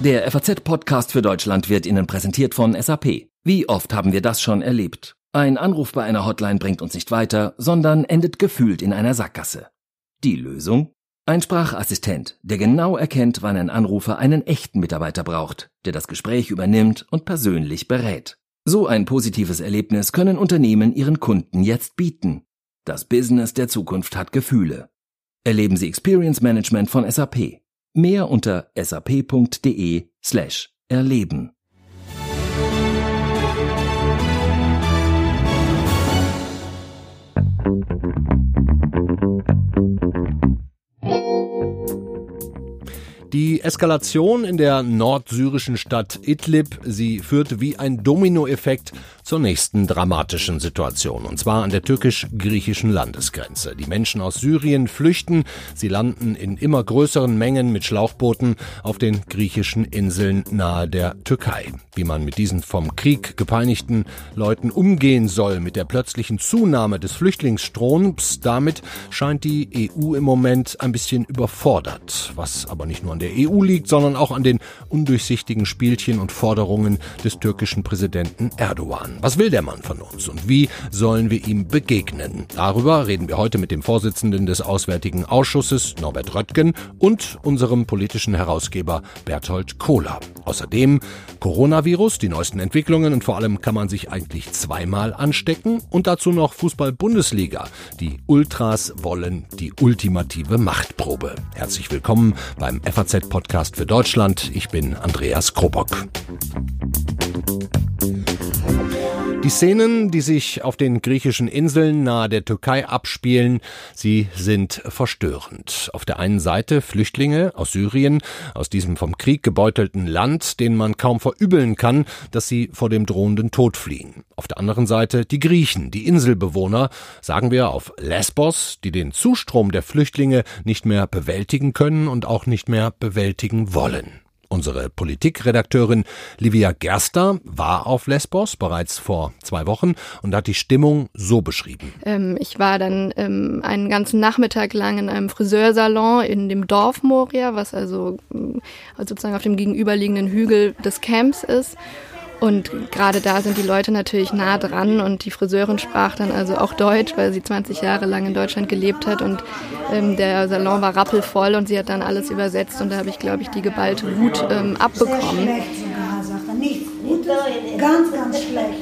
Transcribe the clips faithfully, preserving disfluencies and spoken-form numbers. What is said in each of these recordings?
Der F A Z-Podcast für Deutschland wird Ihnen präsentiert von S A P. Wie oft haben wir das schon erlebt? Ein Anruf bei einer Hotline bringt uns nicht weiter, sondern endet gefühlt in einer Sackgasse. Die Lösung? Ein Sprachassistent, der genau erkennt, wann ein Anrufer einen echten Mitarbeiter braucht, der das Gespräch übernimmt und persönlich berät. So ein positives Erlebnis können Unternehmen ihren Kunden jetzt bieten. Das Business der Zukunft hat Gefühle. Erleben Sie Experience Management von S A P. Mehr unter sap.de slash erleben. Die Eskalation in der nordsyrischen Stadt Idlib, sie führt wie ein Dominoeffekt zur nächsten dramatischen Situation, und zwar an der türkisch-griechischen Landesgrenze. Die Menschen aus Syrien flüchten, sie landen in immer größeren Mengen mit Schlauchbooten auf den griechischen Inseln nahe der Türkei. Wie man mit diesen vom Krieg gepeinigten Leuten umgehen soll, mit der plötzlichen Zunahme des Flüchtlingsstroms, damit scheint die E U im Moment ein bisschen überfordert, was aber nicht nur an der E U liegt, sondern auch an den undurchsichtigen Spielchen und Forderungen des türkischen Präsidenten Erdogan. Was will der Mann von uns und wie sollen wir ihm begegnen? Darüber reden wir heute mit dem Vorsitzenden des Auswärtigen Ausschusses, Norbert Röttgen, und unserem politischen Herausgeber Berthold Kohler. Außerdem Coronavirus, die neuesten Entwicklungen, und vor allem kann man sich eigentlich zweimal anstecken, und dazu noch Fußball-Bundesliga. Die Ultras wollen die ultimative Machtprobe. Herzlich willkommen beim F A Z-Podcast für Deutschland. Ich bin Andreas Krobock. Die Szenen, die sich auf den griechischen Inseln nahe der Türkei abspielen, sie sind verstörend. Auf der einen Seite Flüchtlinge aus Syrien, aus diesem vom Krieg gebeutelten Land, denen man kaum verübeln kann, dass sie vor dem drohenden Tod fliehen. Auf der anderen Seite die Griechen, die Inselbewohner, sagen wir auf Lesbos, die den Zustrom der Flüchtlinge nicht mehr bewältigen können und auch nicht mehr bewältigen wollen. Unsere Politikredakteurin Livia Gerster war auf Lesbos bereits vor zwei Wochen und hat die Stimmung so beschrieben. Ähm, ich war dann ähm, einen ganzen Nachmittag lang in einem Friseursalon in dem Dorf Moria, was also, also sozusagen auf dem gegenüberliegenden Hügel des Camps ist. Und gerade da sind die Leute natürlich nah dran, und die Friseurin sprach dann also auch Deutsch, weil sie zwanzig Jahre lang in Deutschland gelebt hat, und ähm, der Salon war rappelvoll und sie hat dann alles übersetzt, und da habe ich, glaube ich, die geballte Wut ähm, abbekommen. Sehr schlecht sogar, sagt er. Nicht gut, ganz, ganz schlecht.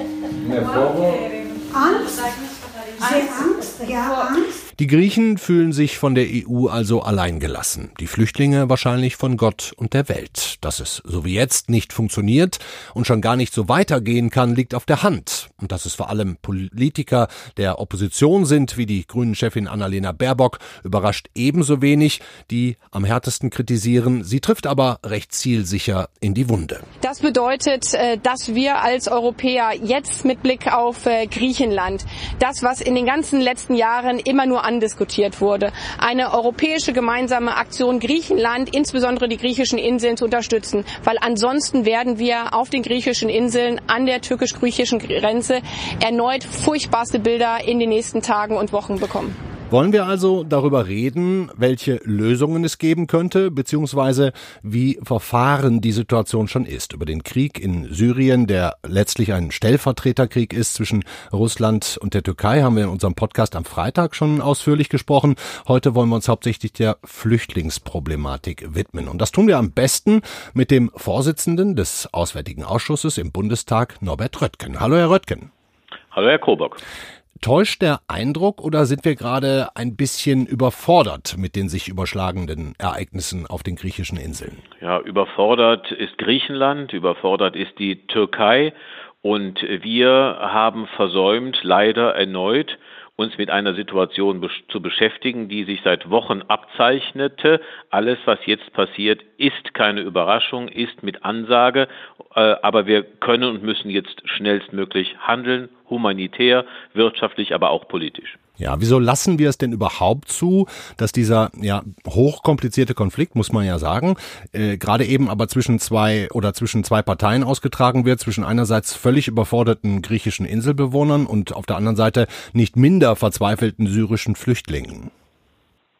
Angst? Sehr Angst? Ja, Angst. Die Griechen fühlen sich von der E U also alleingelassen. Die Flüchtlinge wahrscheinlich von Gott und der Welt. Dass es so wie jetzt nicht funktioniert und schon gar nicht so weitergehen kann, liegt auf der Hand. Und dass es vor allem Politiker der Opposition sind, wie die Grünen-Chefin Annalena Baerbock, überrascht ebenso wenig. Die am härtesten kritisieren. Sie trifft aber recht zielsicher in die Wunde. Das bedeutet, dass wir als Europäer jetzt mit Blick auf Griechenland, das, was in den ganzen letzten Jahren immer nur andiskutiert wurde, eine europäische gemeinsame Aktion Griechenland, insbesondere die griechischen Inseln, zu unterstützen. Weil ansonsten werden wir auf den griechischen Inseln an der türkisch-griechischen Grenze erneut furchtbarste Bilder in den nächsten Tagen und Wochen bekommen. Wollen wir also darüber reden, welche Lösungen es geben könnte, beziehungsweise wie verfahren die Situation schon ist? Über den Krieg in Syrien, der letztlich ein Stellvertreterkrieg ist zwischen Russland und der Türkei, haben wir in unserem Podcast am Freitag schon ausführlich gesprochen. Heute wollen wir uns hauptsächlich der Flüchtlingsproblematik widmen. Und das tun wir am besten mit dem Vorsitzenden des Auswärtigen Ausschusses im Bundestag, Norbert Röttgen. Hallo, Herr Röttgen. Hallo, Herr Krobock. Täuscht der Eindruck, oder sind wir gerade ein bisschen überfordert mit den sich überschlagenden Ereignissen auf den griechischen Inseln? Ja, überfordert ist Griechenland, überfordert ist die Türkei, und wir haben versäumt, leider erneut, uns mit einer Situation be- zu beschäftigen, die sich seit Wochen abzeichnete. Alles, was jetzt passiert, ist keine Überraschung, ist mit Ansage, äh, aber wir können und müssen jetzt schnellstmöglich handeln, humanitär, wirtschaftlich, aber auch politisch. Ja, wieso lassen wir es denn überhaupt zu, dass dieser ja hochkomplizierte Konflikt, muss man ja sagen, äh, gerade eben aber zwischen zwei oder zwischen zwei Parteien ausgetragen wird, zwischen einerseits völlig überforderten griechischen Inselbewohnern und auf der anderen Seite nicht minder verzweifelten syrischen Flüchtlingen?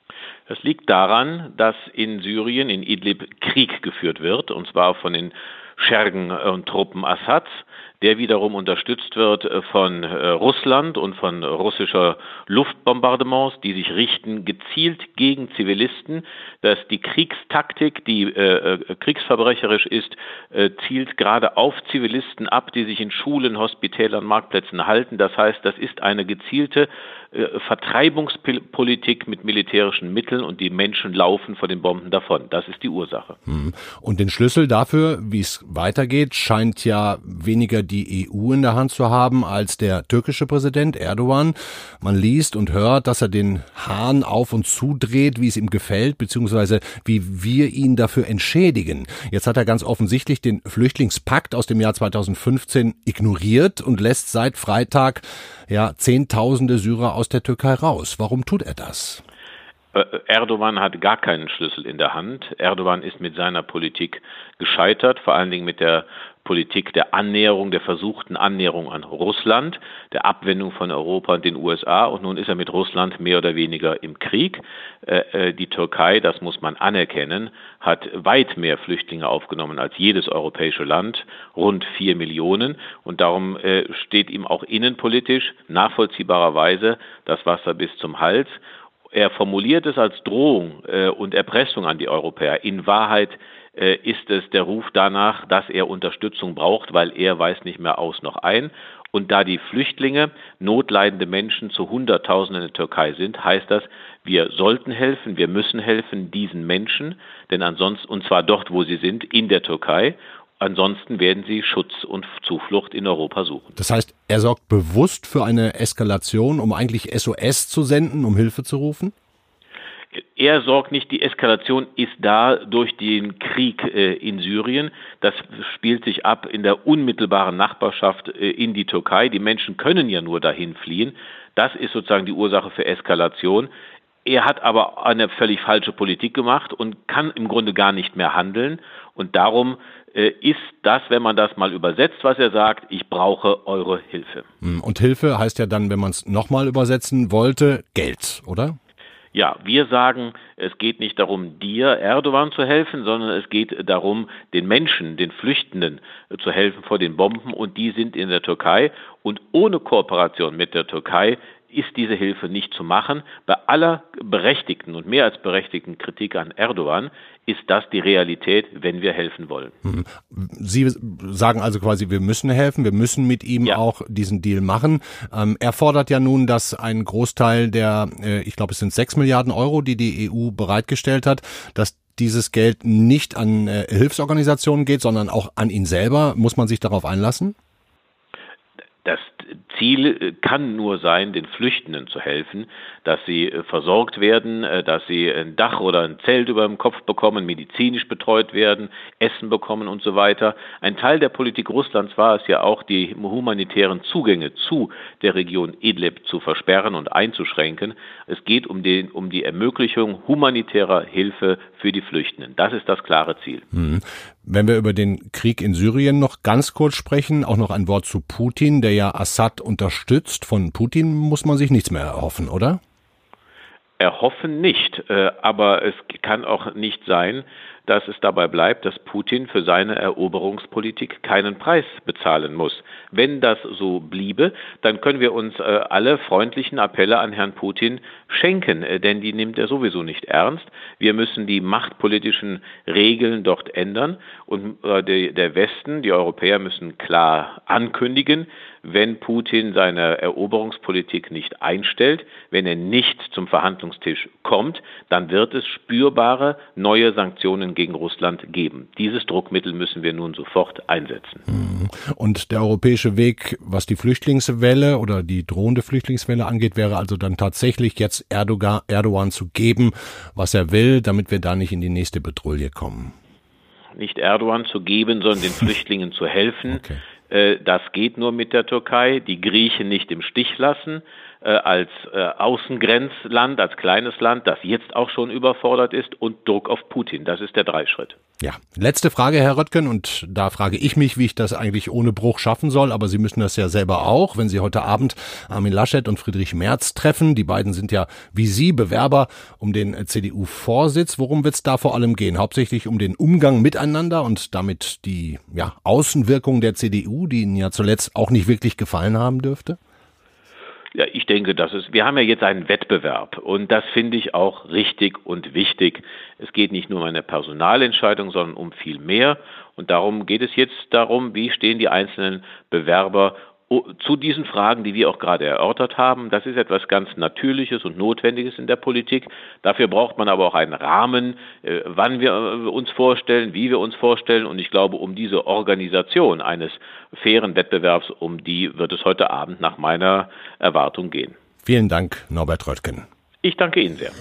Das liegt daran, dass in Syrien, in Idlib, Krieg geführt wird, und zwar von den Schergen und Truppen Assads, der wiederum unterstützt wird von Russland und von russischer Luftbombardements, die sich richten gezielt gegen Zivilisten. Dass die Kriegstaktik, die äh, kriegsverbrecherisch ist, äh, zielt gerade auf Zivilisten ab, die sich in Schulen, Hospitälern, Marktplätzen halten. Das heißt, das ist eine gezielte äh, Vertreibungspolitik mit militärischen Mitteln, und die Menschen laufen vor den Bomben davon. Das ist die Ursache. Und den Schlüssel dafür, wie es weitergeht, scheint ja weniger die E U in der Hand zu haben als der türkische Präsident Erdogan. Man liest und hört, dass er den Hahn auf und zudreht, wie es ihm gefällt, beziehungsweise wie wir ihn dafür entschädigen. Jetzt hat er ganz offensichtlich den Flüchtlingspakt aus dem Jahr zweitausendfünfzehn ignoriert und lässt seit Freitag ja Zehntausende Syrer aus der Türkei raus. Warum tut er das? Erdogan hat gar keinen Schlüssel in der Hand. Erdogan ist mit seiner Politik gescheitert, vor allen Dingen mit der Politik der Annäherung, der versuchten Annäherung an Russland, der Abwendung von Europa und den U S A, und nun ist er mit Russland mehr oder weniger im Krieg. Äh, die Türkei, das muss man anerkennen, hat weit mehr Flüchtlinge aufgenommen als jedes europäische Land, rund vier Millionen, und darum äh, steht ihm auch innenpolitisch nachvollziehbarerweise das Wasser bis zum Hals. Er formuliert es als Drohung äh, und Erpressung an die Europäer. In Wahrheit äh, ist es der Ruf danach, dass er Unterstützung braucht, weil er weiß nicht mehr aus noch ein. Und da die Flüchtlinge notleidende Menschen zu Hunderttausenden in der Türkei sind, heißt das, wir sollten helfen, wir müssen helfen diesen Menschen, denn ansonsten, und zwar dort, wo sie sind, in der Türkei. Ansonsten werden sie Schutz und Zuflucht in Europa suchen. Das heißt, er sorgt bewusst für eine Eskalation, um eigentlich S O S zu senden, um Hilfe zu rufen? Er sorgt nicht, die Eskalation ist da durch den Krieg äh, in Syrien. Das spielt sich ab in der unmittelbaren Nachbarschaft äh, in die Türkei. Die Menschen können ja nur dahin fliehen. Das ist sozusagen die Ursache für Eskalation. Er hat aber eine völlig falsche Politik gemacht und kann im Grunde gar nicht mehr handeln. Und darum äh, ist das, wenn man das mal übersetzt, was er sagt, ich brauche eure Hilfe. Und Hilfe heißt ja dann, wenn man es nochmal übersetzen wollte, Geld, oder? Ja, wir sagen, es geht nicht darum, dir, Erdogan, zu helfen, sondern es geht darum, den Menschen, den Flüchtenden zu helfen vor den Bomben, und die sind in der Türkei, und ohne Kooperation mit der Türkei ist diese Hilfe nicht zu machen. Bei aller berechtigten und mehr als berechtigten Kritik an Erdogan ist das die Realität, wenn wir helfen wollen. Sie sagen also quasi, wir müssen helfen, wir müssen mit ihm ja auch diesen Deal machen. Ähm, er fordert ja nun, dass ein Großteil der, äh, ich glaube es sind sechs Milliarden Euro, die die E U bereitgestellt hat, dass dieses Geld nicht an äh, Hilfsorganisationen geht, sondern auch an ihn selber. Muss man sich darauf einlassen? Das Ziel kann nur sein, den Flüchtenden zu helfen, dass sie versorgt werden, dass sie ein Dach oder ein Zelt über dem Kopf bekommen, medizinisch betreut werden, Essen bekommen und so weiter. Ein Teil der Politik Russlands war es ja auch, die humanitären Zugänge zu der Region Idlib zu versperren und einzuschränken. Es geht um, den, um die Ermöglichung humanitärer Hilfe für die Flüchtenden. Das ist das klare Ziel. Mhm. Wenn wir über den Krieg in Syrien noch ganz kurz sprechen, auch noch ein Wort zu Putin, der ja Assad unterstützt. Von Putin muss man sich nichts mehr erhoffen, oder? Erhoffen nicht, aber es kann auch nicht sein, dass es dabei bleibt, dass Putin für seine Eroberungspolitik keinen Preis bezahlen muss. Wenn das so bliebe, dann können wir uns äh, alle freundlichen Appelle an Herrn Putin schenken, äh, denn die nimmt er sowieso nicht ernst. Wir müssen die machtpolitischen Regeln dort ändern, und äh, de, der Westen, die Europäer, müssen klar ankündigen, wenn Putin seine Eroberungspolitik nicht einstellt, wenn er nicht zum Verhandlungstisch kommt, dann wird es spürbare neue Sanktionen gegen Russland geben. Dieses Druckmittel müssen wir nun sofort einsetzen. Und der europäische Weg, was die Flüchtlingswelle oder die drohende Flüchtlingswelle angeht, wäre also dann tatsächlich jetzt Erdogan, Erdogan zu geben, was er will, damit wir da nicht in die nächste Petrouille kommen. Nicht Erdogan zu geben, sondern den Flüchtlingen zu helfen. Okay. Das geht nur mit der Türkei. Die Griechen nicht im Stich lassen. äh, als äh, Außengrenzland, als kleines Land, das jetzt auch schon überfordert ist, und Druck auf Putin. Das ist der Dreischritt. Ja, letzte Frage, Herr Röttgen, und da frage ich mich, wie ich das eigentlich ohne Bruch schaffen soll, aber Sie müssen das ja selber auch, wenn Sie heute Abend Armin Laschet und Friedrich Merz treffen. Die beiden sind ja, wie Sie, Bewerber um den C D U-Vorsitz. Worum wird es da vor allem gehen? Hauptsächlich um den Umgang miteinander und damit die ja, Außenwirkung der C D U, die Ihnen ja zuletzt auch nicht wirklich gefallen haben dürfte? Ja, ich denke, das ist, wir haben ja jetzt einen Wettbewerb und das finde ich auch richtig und wichtig. Es geht nicht nur um eine Personalentscheidung, sondern um viel mehr, und darum geht es jetzt darum, wie stehen die einzelnen Bewerber zu diesen Fragen, die wir auch gerade erörtert haben. Das ist etwas ganz Natürliches und Notwendiges in der Politik. Dafür braucht man aber auch einen Rahmen, äh, wann wir äh, uns vorstellen, wie wir uns vorstellen. Und ich glaube, um diese Organisation eines fairen Wettbewerbs, um die wird es heute Abend nach meiner Erwartung gehen. Vielen Dank, Norbert Röttgen. Ich danke Ihnen sehr.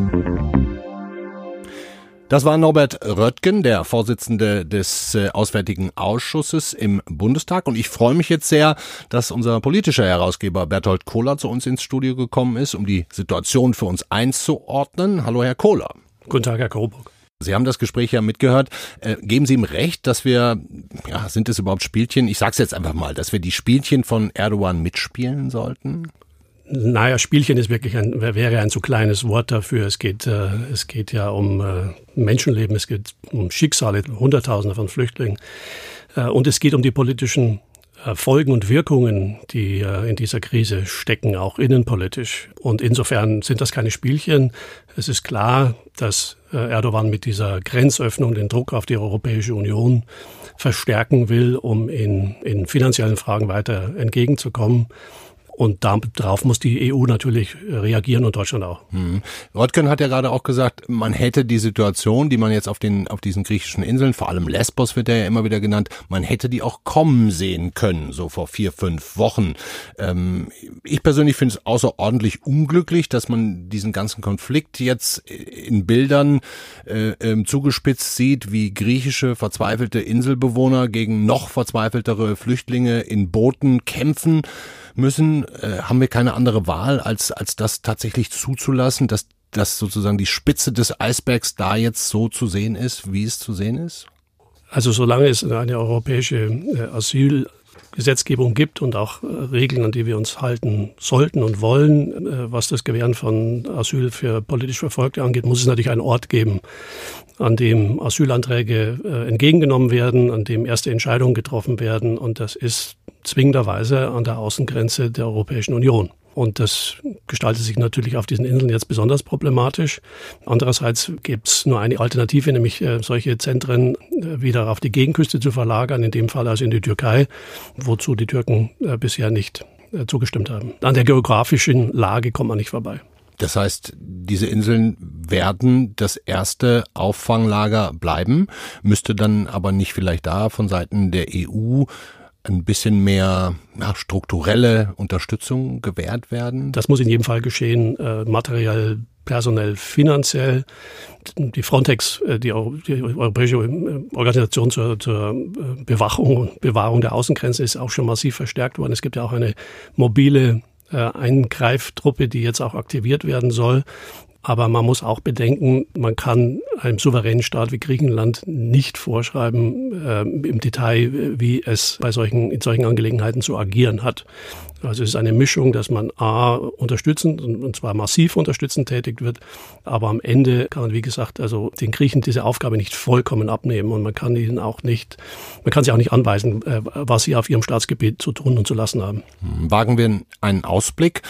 Das war Norbert Röttgen, der Vorsitzende des äh, Auswärtigen Ausschusses im Bundestag. Und ich freue mich jetzt sehr, dass unser politischer Herausgeber Berthold Kohler zu uns ins Studio gekommen ist, um die Situation für uns einzuordnen. Hallo, Herr Kohler. Guten Tag, Herr Krobock. Sie haben das Gespräch ja mitgehört. Äh, geben Sie ihm recht, dass wir, ja, sind es überhaupt Spielchen? Ich sag's jetzt einfach mal, dass wir die Spielchen von Erdogan mitspielen sollten? Naja, Spielchen ist wirklich ein, wäre ein zu kleines Wort dafür. Es geht, äh, es geht ja um äh, Menschenleben, es geht um Schicksale, Hunderttausende von Flüchtlingen. Äh, und es geht um die politischen äh, Folgen und Wirkungen, die äh, in dieser Krise stecken, auch innenpolitisch. Und insofern sind das keine Spielchen. Es ist klar, dass äh, Erdogan mit dieser Grenzöffnung den Druck auf die Europäische Union verstärken will, um in, in finanziellen Fragen weiter entgegenzukommen. Und darauf muss die E U natürlich reagieren und Deutschland auch. Hm. Röttgen hat ja gerade auch gesagt, man hätte die Situation, die man jetzt auf den auf diesen griechischen Inseln, vor allem Lesbos wird ja immer wieder genannt, man hätte die auch kommen sehen können, so vor vier, fünf Wochen. Ähm, ich persönlich finde es außerordentlich unglücklich, dass man diesen ganzen Konflikt jetzt in Bildern äh, äh, zugespitzt sieht, wie griechische verzweifelte Inselbewohner gegen noch verzweifeltere Flüchtlinge in Booten kämpfen müssen. Äh, haben wir keine andere Wahl, als als das tatsächlich zuzulassen, dass dass sozusagen die Spitze des Eisbergs da jetzt so zu sehen ist, wie es zu sehen ist? Also solange es eine europäische äh, Asylgesetzgebung gibt und auch äh, Regeln, an die wir uns halten sollten und wollen, äh, was das Gewähren von Asyl für politisch Verfolgte angeht, muss es natürlich einen Ort geben, an dem Asylanträge äh, entgegengenommen werden, an dem erste Entscheidungen getroffen werden, und das ist zwingenderweise an der Außengrenze der Europäischen Union. Und das gestaltet sich natürlich auf diesen Inseln jetzt besonders problematisch. Andererseits gibt es nur eine Alternative, nämlich äh, solche Zentren äh, wieder auf die Gegenküste zu verlagern, in dem Fall also in die Türkei, wozu die Türken äh, bisher nicht äh, zugestimmt haben. An der geografischen Lage kommt man nicht vorbei. Das heißt, diese Inseln werden das erste Auffanglager bleiben, müsste dann aber nicht vielleicht da von Seiten der E U ein bisschen mehr ja, strukturelle Unterstützung gewährt werden? Das muss in jedem Fall geschehen, äh, materiell, personell, finanziell. Die Frontex, äh, die, die Europäische Organisation zur, zur Bewachung und Bewahrung der Außengrenze, ist auch schon massiv verstärkt worden. Es gibt ja auch eine mobile äh, Eingreiftruppe, die jetzt auch aktiviert werden soll. Aber man muss auch bedenken, man kann einem souveränen Staat wie Griechenland nicht vorschreiben äh, im Detail, wie es bei solchen, in solchen Angelegenheiten zu agieren hat. Also es ist eine Mischung, dass man a. unterstützend, und zwar massiv unterstützend tätig wird, aber am Ende kann man, wie gesagt, also den Griechen diese Aufgabe nicht vollkommen abnehmen, und man kann ihnen auch nicht, man kann sie auch nicht anweisen, äh, was sie auf ihrem Staatsgebiet zu tun und zu lassen haben. Wagen wir einen Ausblick.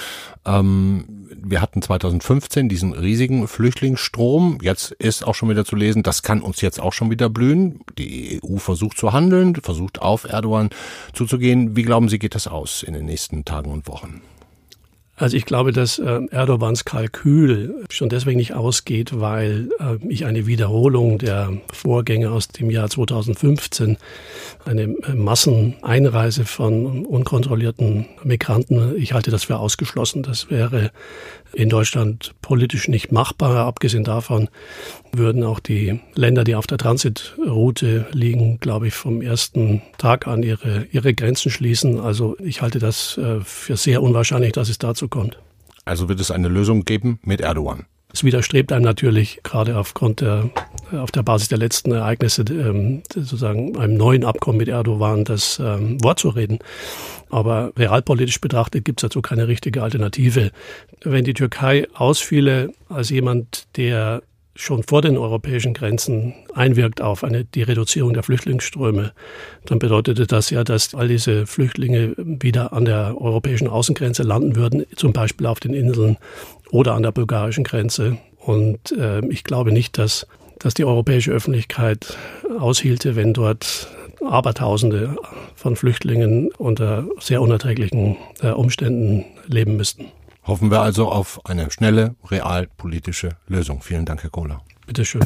Ähm, wir hatten zweitausendfünfzehn diesen riesigen Flüchtlingsstrom. Jetzt ist auch schon wieder zu lesen, das kann uns jetzt auch schon wieder blühen. Die E U versucht zu handeln, versucht auf Erdogan zuzugehen. Wie glauben Sie, geht das aus in den nächsten Tagen und Wochen? Also ich glaube, dass äh, Erdogans Kalkül schon deswegen nicht ausgeht, weil äh, ich eine Wiederholung der Vorgänge aus dem Jahr zweitausendfünfzehn, eine äh, Masseneinreise von unkontrollierten Migranten, ich halte das für ausgeschlossen. Das wäre in Deutschland politisch nicht machbar. Abgesehen davon würden auch die Länder, die auf der Transitroute liegen, glaube ich, vom ersten Tag an ihre, ihre Grenzen schließen. Also ich halte das äh, für sehr unwahrscheinlich, dass es dazu zurückkommt. Also wird es eine Lösung geben mit Erdogan? Es widerstrebt einem natürlich gerade aufgrund der, auf der Basis der letzten Ereignisse ähm, sozusagen einem neuen Abkommen mit Erdogan das ähm, Wort zu reden. Aber realpolitisch betrachtet gibt es dazu keine richtige Alternative. Wenn die Türkei ausfiele als jemand, der schon vor den europäischen Grenzen einwirkt auf eine, die Reduzierung der Flüchtlingsströme, dann bedeutete das ja, dass all diese Flüchtlinge wieder an der europäischen Außengrenze landen würden, zum Beispiel auf den Inseln oder an der bulgarischen Grenze. Und äh, ich glaube nicht, dass, dass die europäische Öffentlichkeit aushielte, wenn dort Abertausende von Flüchtlingen unter sehr unerträglichen äh, Umständen leben müssten. Hoffen wir also auf eine schnelle, realpolitische Lösung. Vielen Dank, Herr Kohler. Bitte schön.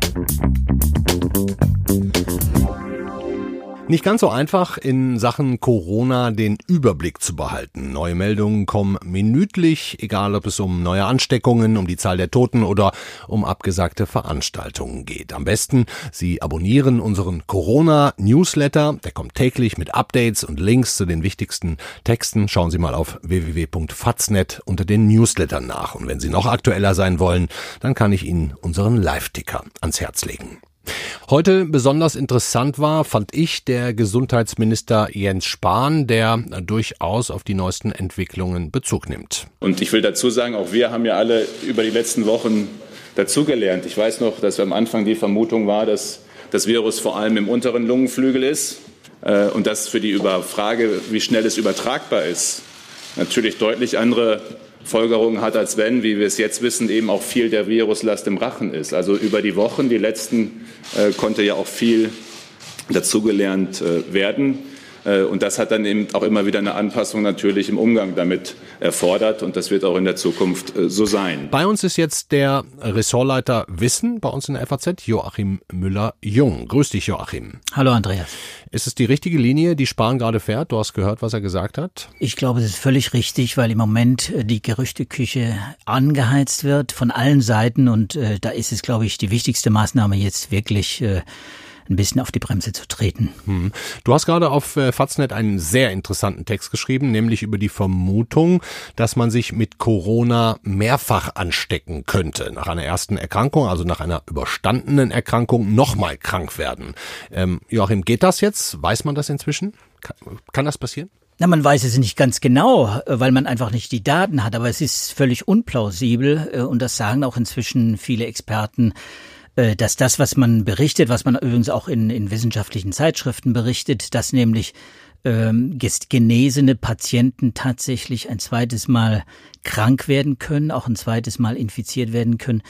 Nicht ganz so einfach, in Sachen Corona den Überblick zu behalten. Neue Meldungen kommen minütlich, egal ob es um neue Ansteckungen, um die Zahl der Toten oder um abgesagte Veranstaltungen geht. Am besten, Sie abonnieren unseren Corona-Newsletter. Der kommt täglich mit Updates und Links zu den wichtigsten Texten. Schauen Sie mal auf w w w punkt faz punkt net unter den Newslettern nach. Und wenn Sie noch aktueller sein wollen, dann kann ich Ihnen unseren Live-Ticker ans Herz legen. Heute besonders interessant war, fand ich, der Gesundheitsminister Jens Spahn, der durchaus auf die neuesten Entwicklungen Bezug nimmt. Und ich will dazu sagen, auch wir haben ja alle über die letzten Wochen dazugelernt. Ich weiß noch, dass am Anfang die Vermutung war, dass das Virus vor allem im unteren Lungenflügel ist äh, und dass für die Frage, wie schnell es übertragbar ist, natürlich deutlich andere Folgerungen hat, als wenn, wie wir es jetzt wissen, eben auch viel der Viruslast im Rachen ist. Also über die Wochen, die letzten, äh, konnte ja auch viel dazugelernt äh, werden. Äh, und das hat dann eben auch immer wieder eine Anpassung natürlich im Umgang damit erfordert. Und das wird auch in der Zukunft äh, so sein. Bei uns ist jetzt der Ressortleiter Wissen, bei uns in der F A Z, Joachim Müller-Jung. Grüß dich, Joachim. Hallo, Andreas. Ist es die richtige Linie, die Spahn gerade fährt? Du hast gehört, was er gesagt hat? Ich glaube, es ist völlig richtig, weil im Moment die Gerüchteküche angeheizt wird von allen Seiten. Und äh, da ist es, glaube ich, die wichtigste Maßnahme jetzt wirklich äh, ein bisschen auf die Bremse zu treten. Hm. Du hast gerade auf äh, Faz punkt net einen sehr interessanten Text geschrieben, nämlich über die Vermutung, dass man sich mit Corona mehrfach anstecken könnte. Nach einer ersten Erkrankung, also nach einer überstandenen Erkrankung, nochmal krank werden. Ähm, Joachim, geht das jetzt? Weiß man das inzwischen? Kann, kann das passieren? Na, man weiß es nicht ganz genau, weil man einfach nicht die Daten hat, aber es ist völlig unplausibel und das sagen auch inzwischen viele Experten, dass das, was man berichtet, was man übrigens auch in, in wissenschaftlichen Zeitschriften berichtet, dass nämlich ähm, genesene Patienten tatsächlich ein zweites Mal krank werden können, auch ein zweites Mal infiziert werden können.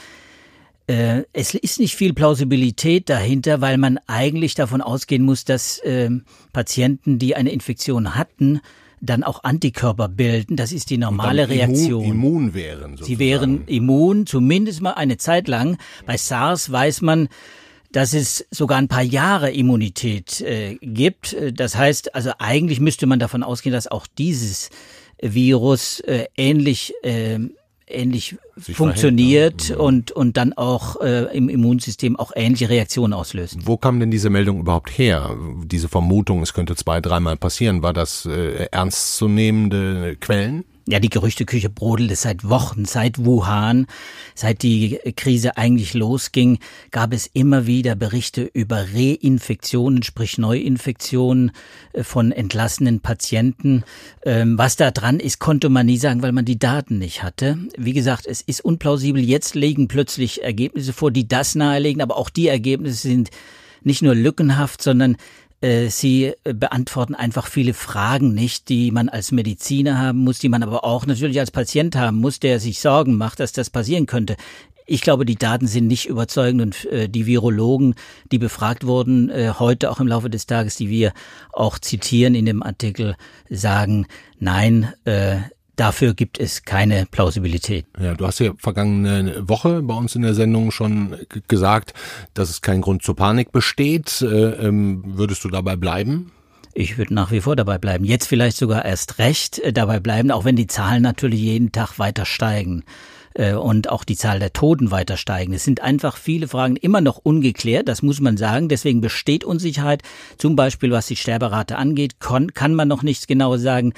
Äh, es ist nicht viel Plausibilität dahinter, weil man eigentlich davon ausgehen muss, dass äh, Patienten, die eine Infektion hatten, dann auch Antikörper bilden. Das ist die normale immun, Reaktion. Immun wären sozusagen. Sie wären immun, zumindest mal eine Zeit lang. Bei SARS weiß man, dass es sogar ein paar Jahre Immunität äh, gibt. Das heißt, also eigentlich müsste man davon ausgehen, dass auch dieses Virus äh, ähnlich äh, ähnlich Sich funktioniert verhält, ja. und und dann auch äh, im Immunsystem auch ähnliche Reaktionen auslöst. Wo kam denn diese Meldung überhaupt her? Diese Vermutung, es könnte zwei, dreimal passieren, war das äh, ernstzunehmende Quellen? Ja, die Gerüchteküche brodelt es seit Wochen, seit Wuhan, seit die Krise eigentlich losging, gab es immer wieder Berichte über Reinfektionen, sprich Neuinfektionen von entlassenen Patienten. Was da dran ist, konnte man nie sagen, weil man die Daten nicht hatte. Wie gesagt, es ist unplausibel. Jetzt legen plötzlich Ergebnisse vor, die das nahelegen, aber auch die Ergebnisse sind nicht nur lückenhaft, sondern Sie beantworten einfach viele Fragen nicht, die man als Mediziner haben muss, die man aber auch natürlich als Patient haben muss, der sich Sorgen macht, dass das passieren könnte. Ich glaube, die Daten sind nicht überzeugend und äh, die Virologen, die befragt wurden, äh, heute auch im Laufe des Tages, die wir auch zitieren in dem Artikel, sagen, nein, äh, dafür gibt es keine Plausibilität. Ja, du hast ja vergangene Woche bei uns in der Sendung schon g- gesagt, dass es kein Grund zur Panik besteht. Äh, ähm, würdest du dabei bleiben? Ich würde nach wie vor dabei bleiben. Jetzt vielleicht sogar erst recht äh, dabei bleiben, auch wenn die Zahlen natürlich jeden Tag weiter steigen äh, und auch die Zahl der Toten weiter steigen. Es sind einfach viele Fragen immer noch ungeklärt, das muss man sagen. Deswegen besteht Unsicherheit. Zum Beispiel, was die Sterberate angeht, kon- kann man noch nichts Genaues sagen.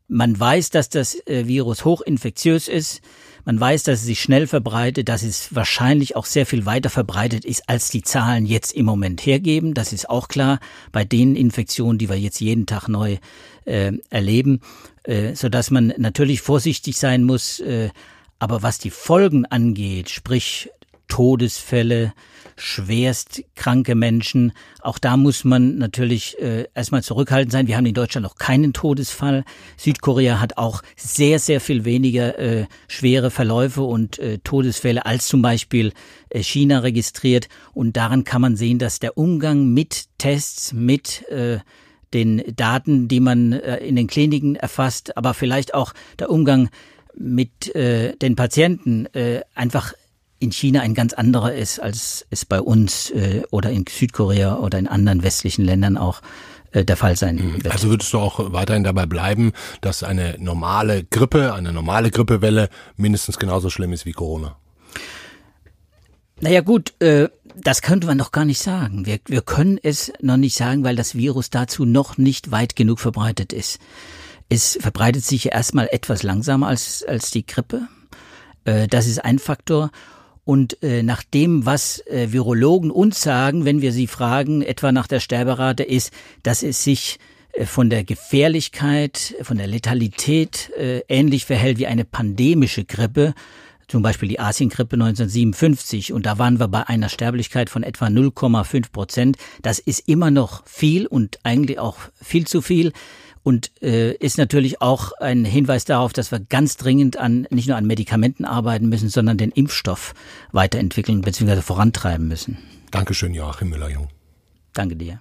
Man weiß, dass das Virus hochinfektiös ist. Man weiß, dass es sich schnell verbreitet, dass es wahrscheinlich auch sehr viel weiter verbreitet ist, als die Zahlen jetzt im Moment hergeben. Das ist auch klar bei den Infektionen, die wir jetzt jeden Tag neu äh, erleben, äh, sodass man natürlich vorsichtig sein muss. Äh, aber was die Folgen angeht, sprich Todesfälle, schwerst kranke Menschen. Auch da muss man natürlich äh, erstmal zurückhaltend sein. Wir haben in Deutschland noch keinen Todesfall. Südkorea hat auch sehr, sehr viel weniger äh, schwere Verläufe und äh, Todesfälle als zum Beispiel äh, China registriert. Und daran kann man sehen, dass der Umgang mit Tests, mit äh, den Daten, die man äh, in den Kliniken erfasst, aber vielleicht auch der Umgang mit äh, den Patienten äh, einfach in China ein ganz anderer ist, als es bei uns äh, oder in Südkorea oder in anderen westlichen Ländern auch äh, der Fall sein wird. Also würdest du auch weiterhin dabei bleiben, dass eine normale Grippe, eine normale Grippewelle mindestens genauso schlimm ist wie Corona? Naja gut, äh, das könnte man doch gar nicht sagen. Wir, wir können es noch nicht sagen, weil das Virus dazu noch nicht weit genug verbreitet ist. Es verbreitet sich ja erstmal etwas langsamer als, als die Grippe. Äh, das ist ein Faktor. Und äh, nach dem, was äh, Virologen uns sagen, wenn wir sie fragen, etwa nach der Sterberate, ist, dass es sich äh, von der Gefährlichkeit, von der Letalität äh, ähnlich verhält wie eine pandemische Grippe, zum Beispiel die Asiengrippe neunzehnhundertsiebenundfünfzig. Und da waren wir bei einer Sterblichkeit von etwa null Komma fünf Prozent. Das ist immer noch viel und eigentlich auch viel zu viel. Und äh, ist natürlich auch ein Hinweis darauf, dass wir ganz dringend an nicht nur an Medikamenten arbeiten müssen, sondern den Impfstoff weiterentwickeln bzw. vorantreiben müssen. Dankeschön, Joachim Müller-Jung. Danke dir.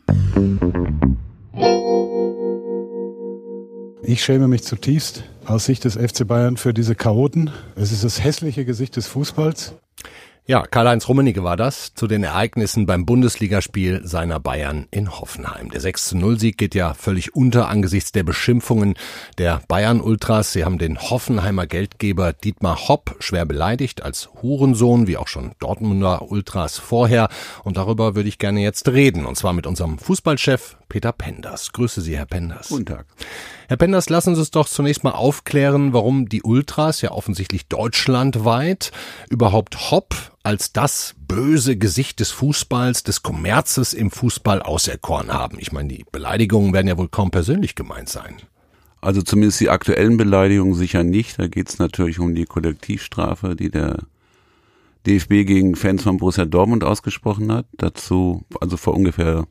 Ich schäme mich zutiefst aus Sicht des F C Bayern für diese Chaoten. Es ist das hässliche Gesicht des Fußballs. Ja, Karl-Heinz Rummenigge war das zu den Ereignissen beim Bundesligaspiel seiner Bayern in Hoffenheim. Der sechs zu null Sieg geht ja völlig unter angesichts der Beschimpfungen der Bayern-Ultras. Sie haben den Hoffenheimer Geldgeber Dietmar Hopp schwer beleidigt als Hurensohn, wie auch schon Dortmunder Ultras vorher. Und darüber würde ich gerne jetzt reden, und zwar mit unserem Fußballchef Peter Penders. Grüße Sie, Herr Penders. Guten Tag. Herr Penders, lassen Sie uns doch zunächst mal aufklären, warum die Ultras, ja offensichtlich deutschlandweit, überhaupt Hopp als das böse Gesicht des Fußballs, des Kommerzes im Fußball auserkoren haben. Ich meine, die Beleidigungen werden ja wohl kaum persönlich gemeint sein. Also zumindest die aktuellen Beleidigungen sicher nicht. Da geht es natürlich um die Kollektivstrafe, die der D F B gegen Fans von Borussia Dortmund ausgesprochen hat. Dazu, also vor ungefähr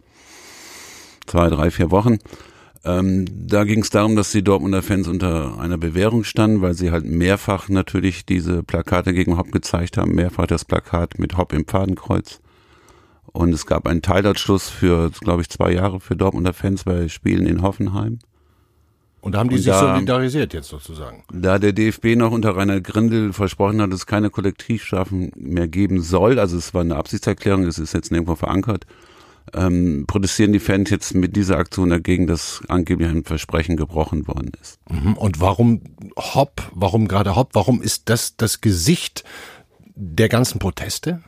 zwei, drei, vier Wochen. Ähm, da ging es darum, dass die Dortmunder Fans unter einer Bewährung standen, weil sie halt mehrfach natürlich diese Plakate gegen Hopp gezeigt haben, mehrfach das Plakat mit Hopp im Fadenkreuz. Und es gab einen Teilausschluss für, glaube ich, zwei Jahre für Dortmunder Fans bei Spielen in Hoffenheim. Und da haben die Und sich da, solidarisiert jetzt sozusagen. Da der D F B noch unter Rainer Grindel versprochen hat, dass es keine Kollektivstrafen mehr geben soll, also es war eine Absichtserklärung, es ist jetzt nirgendwo verankert, Ähm, protestieren die Fans jetzt mit dieser Aktion dagegen, dass angeblich ein Versprechen gebrochen worden ist. Und warum Hopp, warum gerade Hopp, warum ist das das Gesicht der ganzen Proteste?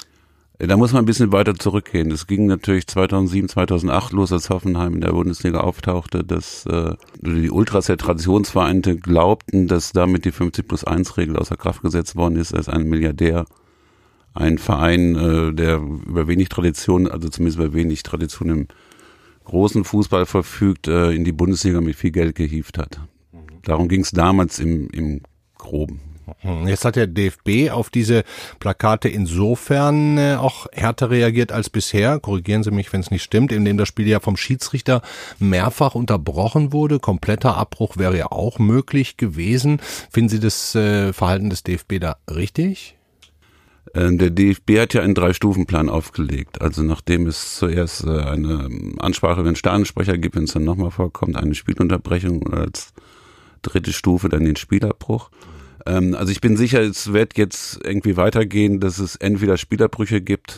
Da muss man ein bisschen weiter zurückgehen. Das ging natürlich zweitausendsieben, zweitausendacht los, als Hoffenheim in der Bundesliga auftauchte, dass äh, die Ultras der Traditionsvereinte glaubten, dass damit die fünfzig plus eins Regel außer Kraft gesetzt worden ist, als ein Milliardär ein Verein, äh, der über wenig Tradition, also zumindest über wenig Tradition im großen Fußball verfügt, äh, in die Bundesliga mit viel Geld gehievt hat. Mhm. Darum ging es damals im, im Groben. Jetzt hat der D F B auf diese Plakate insofern äh, auch härter reagiert als bisher. Korrigieren Sie mich, wenn es nicht stimmt, indem das Spiel ja vom Schiedsrichter mehrfach unterbrochen wurde. Kompletter Abbruch wäre ja auch möglich gewesen. Finden Sie das äh, Verhalten des D F B da richtig? Der D F B hat ja einen Drei-Stufen-Plan aufgelegt. Also nachdem es zuerst eine Ansprache über den Stadionsprecher gibt, wenn es dann nochmal vorkommt, eine Spielunterbrechung und als dritte Stufe dann den Spielabbruch. Also ich bin sicher, es wird jetzt irgendwie weitergehen, dass es entweder Spielabbrüche gibt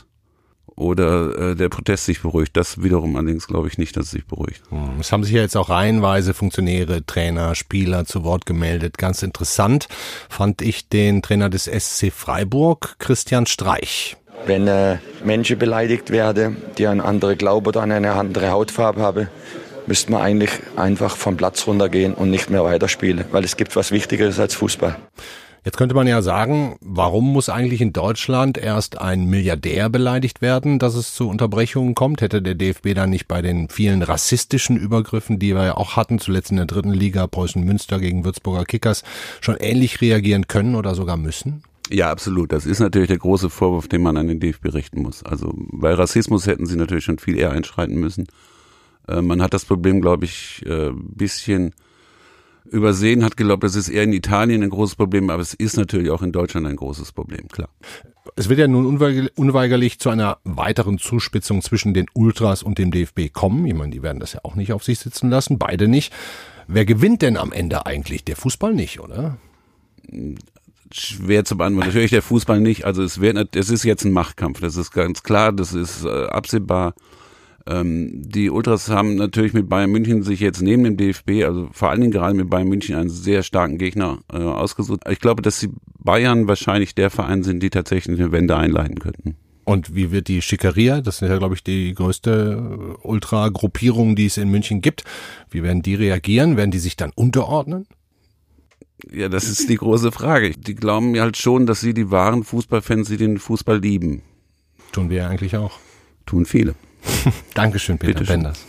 oder der Protest sich beruhigt. Das wiederum allerdings glaube ich nicht, dass es sich beruhigt. Es haben sich ja jetzt auch reihenweise Funktionäre, Trainer, Spieler zu Wort gemeldet. Ganz interessant fand ich den Trainer des S C Freiburg, Christian Streich. Wenn äh, Menschen beleidigt werden, die an andere glauben oder an eine andere Hautfarbe haben, müsste man eigentlich einfach vom Platz runtergehen und nicht mehr weiterspielen, weil es gibt was Wichtigeres als Fußball. Jetzt könnte man ja sagen, warum muss eigentlich in Deutschland erst ein Milliardär beleidigt werden, dass es zu Unterbrechungen kommt? Hätte der D F B dann nicht bei den vielen rassistischen Übergriffen, die wir ja auch hatten, zuletzt in der dritten Liga, Preußen Münster gegen Würzburger Kickers, schon ähnlich reagieren können oder sogar müssen? Ja, absolut. Das ist natürlich der große Vorwurf, den man an den D F B richten muss. Also bei Rassismus hätten sie natürlich schon viel eher einschreiten müssen. Äh, man hat das Problem, glaube ich, ein äh, bisschen übersehen, hat geglaubt, das ist eher in Italien ein großes Problem, aber es ist natürlich auch in Deutschland ein großes Problem, klar. Es wird ja nun unweigerlich zu einer weiteren Zuspitzung zwischen den Ultras und dem D F B kommen. Ich meine, die werden das ja auch nicht auf sich sitzen lassen, beide nicht. Wer gewinnt denn am Ende eigentlich? Der Fußball nicht, oder? Schwer zu beantworten. Natürlich der Fußball nicht. Also es wird, es ist jetzt ein Machtkampf. Das ist ganz klar. Das ist äh, absehbar. Ähm, die Ultras haben natürlich mit Bayern München sich jetzt neben dem D F B, also vor allen Dingen gerade mit Bayern München, einen sehr starken Gegner äh, ausgesucht. Ich glaube, dass die Bayern wahrscheinlich der Verein sind, die tatsächlich eine Wende einleiten könnten. Und wie wird die Schickeria, das ist ja, glaube ich, die größte Ultra-Gruppierung, die es in München gibt, wie werden die reagieren? Werden die sich dann unterordnen? Ja, das ist die große Frage. Die glauben ja halt schon, dass sie die wahren Fußballfans, die den Fußball lieben. Tun wir ja eigentlich auch. Tun viele. Dankeschön, Peter Benders.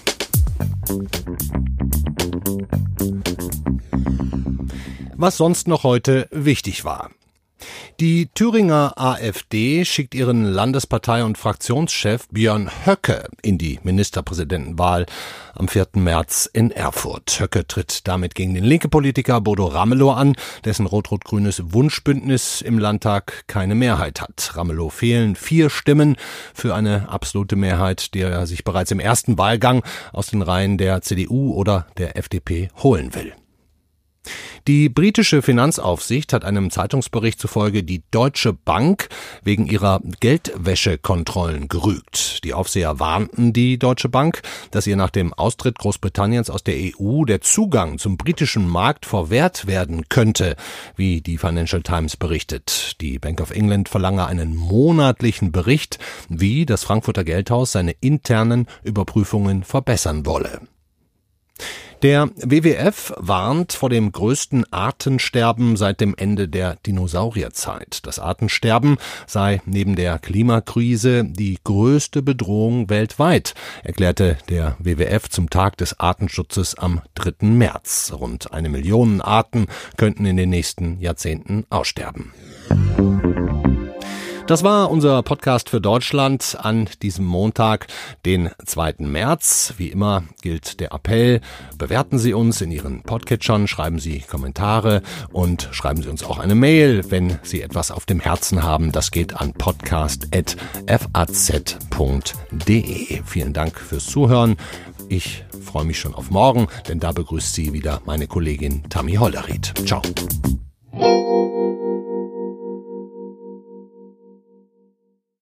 Was sonst noch heute wichtig war. Die Thüringer AfD schickt ihren Landespartei- und Fraktionschef Björn Höcke in die Ministerpräsidentenwahl am vierten März in Erfurt. Höcke tritt damit gegen den linke Politiker Bodo Ramelow an, dessen rot-rot-grünes Wunschbündnis im Landtag keine Mehrheit hat. Ramelow fehlen vier Stimmen für eine absolute Mehrheit, die er sich bereits im ersten Wahlgang aus den Reihen der C D U oder der F D P holen will. Die britische Finanzaufsicht hat einem Zeitungsbericht zufolge die Deutsche Bank wegen ihrer Geldwäschekontrollen gerügt. Die Aufseher warnten die Deutsche Bank, dass ihr nach dem Austritt Großbritanniens aus der E U der Zugang zum britischen Markt verwehrt werden könnte, wie die Financial Times berichtet. Die Bank of England verlange einen monatlichen Bericht, wie das Frankfurter Geldhaus seine internen Überprüfungen verbessern wolle. Der W W F warnt vor dem größten Artensterben seit dem Ende der Dinosaurierzeit. Das Artensterben sei neben der Klimakrise die größte Bedrohung weltweit, erklärte der W W F zum Tag des Artenschutzes am dritten März. Rund eine Million Arten könnten in den nächsten Jahrzehnten aussterben. Das war unser Podcast für Deutschland an diesem Montag, den zweiten März. Wie immer gilt der Appell, bewerten Sie uns in Ihren Podcatchern, schreiben Sie Kommentare und schreiben Sie uns auch eine Mail, wenn Sie etwas auf dem Herzen haben. Das geht an podcast at f a z punkt d e. Vielen Dank fürs Zuhören. Ich freue mich schon auf morgen, denn da begrüßt Sie wieder meine Kollegin Tammy Hollerried. Ciao.